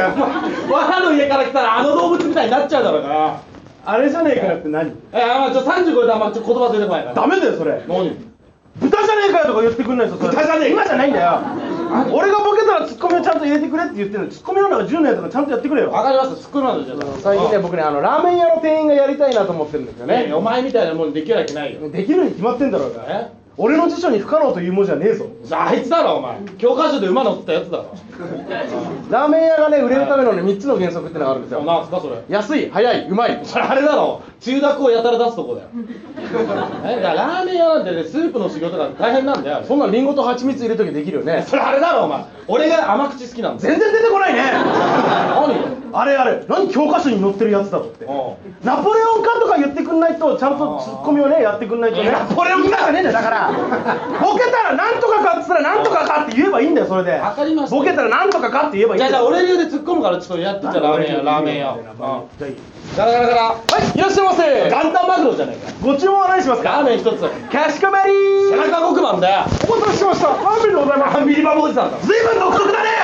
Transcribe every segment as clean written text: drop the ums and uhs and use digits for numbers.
かよ。 わらの家から来たらあの動物みたいになっちゃうだろうが。 あれじゃねえかよって何？ まあ30超えたらあんま言葉出てこないから。 ダメだよそれ。 何？ 豚じゃねえかよとか言ってくんないと。 豚じゃねえ。 今じゃないんだよ。俺がボケたらツッコミをちゃんと入れてくれって言ってるのに、ツッコミの中10のやつがちゃんとやってくれよ。 わかりました、ツッコミなんだじゃあ。 最近ね、僕ね、ラーメン屋の店員がやりたいなと思ってるんですよね。 お前みたいなもんできるわけないよ。 できるに決まってんだろうが。俺の辞書に不可能という文字はねえぞ。 あいつだろお前。教科書で馬乗ってたやつだろ。 ラーメン屋がね売れるためのね3つの原則ってのがあるんですよ。 なんすかそれ。 安い、早い、うまい。 それあれだろ。中学をやたら出すとこだよ。だからラーメン屋なんてねスープの修行とか大変なんだよ。 そんなリンゴと蜂蜜入れときできるよね。 それあれだろお前。俺が甘口好きなんだ。 全然出てこないね。 何？ あれあれ、何教科書に載ってるやつだろって。ナポレオンかとか言ってくんないと、ちゃんとツッコミをねやってくんないとね。ナポレオンかじゃねえんだよ。だからボケたらなんとかかっつったらなんとかかって言えばいいんだよ。それでわかりました。 ボケたらなんとかかって言えばいいんだよ。 じゃあ俺流で突っ込むからちょっとやってちゃラーメン屋。 じゃあいい。 ガラガラガラ。 はい、いらっしゃいませ。 元旦マグロじゃねえか。 ご注文は何しますか？ ラーメン一つ。 かしこまり。 背中極まんだよ。 お待たせしました。ラーメンでございます。 アンビリバボーおじさんだ。 ずいぶん独特だね。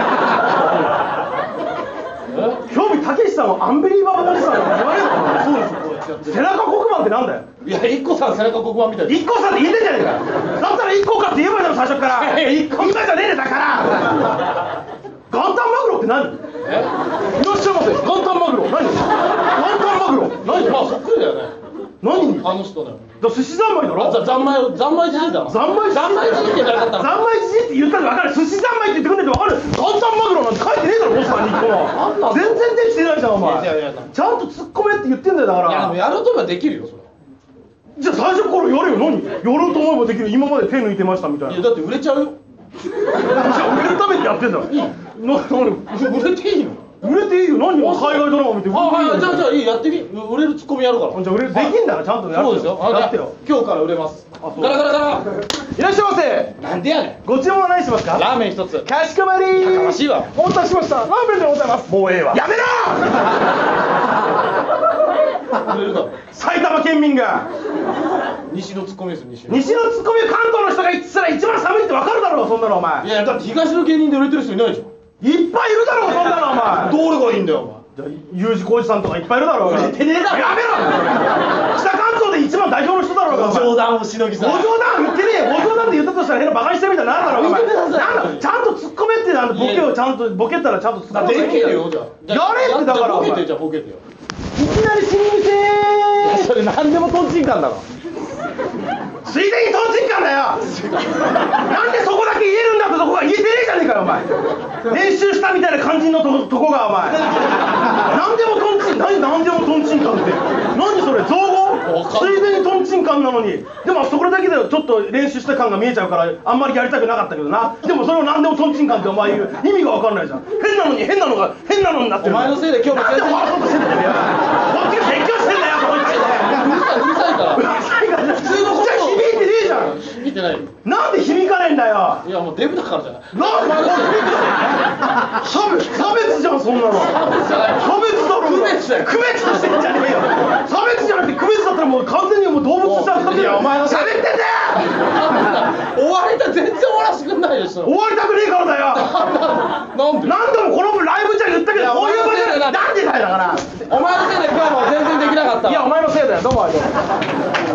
興味たけしさんをアンビリーバボーおじさんって言われるの？そうですよ。背中黒板ってなんだよ。 いや、IKKOさん背中黒板みたいな。 IKKOさんって言えてんじゃねえか。だったらIKKOかって言えばいいだろ最初から。今じゃねえねだから。元旦マグロって何？いらっしゃいませ。元旦マグロ。何？元旦マグロ。何？ まあそっくりだよね。 何？ あの人だよ。 寿司三昧だろ。 三昧じじいだな。 三昧じじいってなかった。三昧じじいって言ったら分かる。寿司三昧って言ってくんねえと分かる。元旦マグロなんて書いてねえだろポスターに1個も。全然できてないじゃんお前。ちゃんと突っ込めって言ってんだよだから。 やろうと思えばできるよそれ。 じゃあ最初からやれよ。何？やろうと思えばできる。今まで手抜いてましたみたいな。 いやだって売れちゃうよ。 じゃあ売れるためにやってんだろ。いい。 売れていいの？ 売れていいよ。何を海外ドラマ見て。 じゃあいいやってみ。売れるツッコミやるから。 じゃあ売れるできんだらちゃんとやってよ。 そうですよ。やってよ。今日から売れます。ガラガラガラ。 いらっしゃいませ。 なんでやねん。 ご注文は何しますか？ ラーメン一つ。 かしこまり。 やかましいわ。 お待たせしました。ラーメンでございます。もうええわ。やめろ。 売れるだろ。 埼玉県民が。 西のツッコミです西のツッコミを関東の人が言ってたら一番寒いって分かるだろうそんなのお前。 いやだって東の芸人で売れてる人いないじゃん。 いっぱいいるだろうそんなのお前。 どれがいいんだよお前。 じゃあ U 字工事さんとかいっぱいいるだろう。 売れてねえだろ。 やめろ。北関東で一番代表の人だろうが。 冗談をしのぎさん。 ご冗談言ってねえよ。ご冗談って言ったとしたら変なバカにしてるみたいになるだろうお前。なんだちゃんと突っ込めってなんだ。ボケをちゃんとボケたらちゃんと突っ込め。 できるよじゃあ。 やれってだから。 ボケてじゃあボケてよ。 いきなり死にみせー。 それ何でもトンチンカンだろ。 ついでにトンチンカンだよ。なんでそこだけ言えるんだってとこが言えてねえじゃねえかよお前。練習したみたいな感じのとこがお前。なんでもトンチンなんでもトンチンカンって何それ造語？ついでにトンチンカンなのに。でもそこだけでちょっと練習した感が見えちゃうからあんまりやりたくなかったけどな。でもそれをなんでもトンチンカンってお前言う意味が分かんないじゃん。変なのに変なのが変なのになってる。 お前のせいで今日もなんで笑そうとしてんだよ。こっちが説教してんだよこっち。 うるさいから。 うるさいから。普通のこと響いてねえじゃん。 響いてないよ。 なんで響かねえんだよ。 いやもうデブだからじゃない。 なんで差別じゃんそんなの。差別だろ。 区別だよ。 区別してんじゃねえよ。差別じゃなくて区別だったらもう完全にもう動物しちゃってるよ。お前の喋ってんだよ。 終わりだ全然終わらせてくんないでしょ。 終わりたくねえからだよ。 なんで？ 何度もこのライブじゃ言ったけどこういう場じゃなんでだよだから。 お前のせいで今日も全然できなかった。 いやお前のせいだよ。どうもありがとう。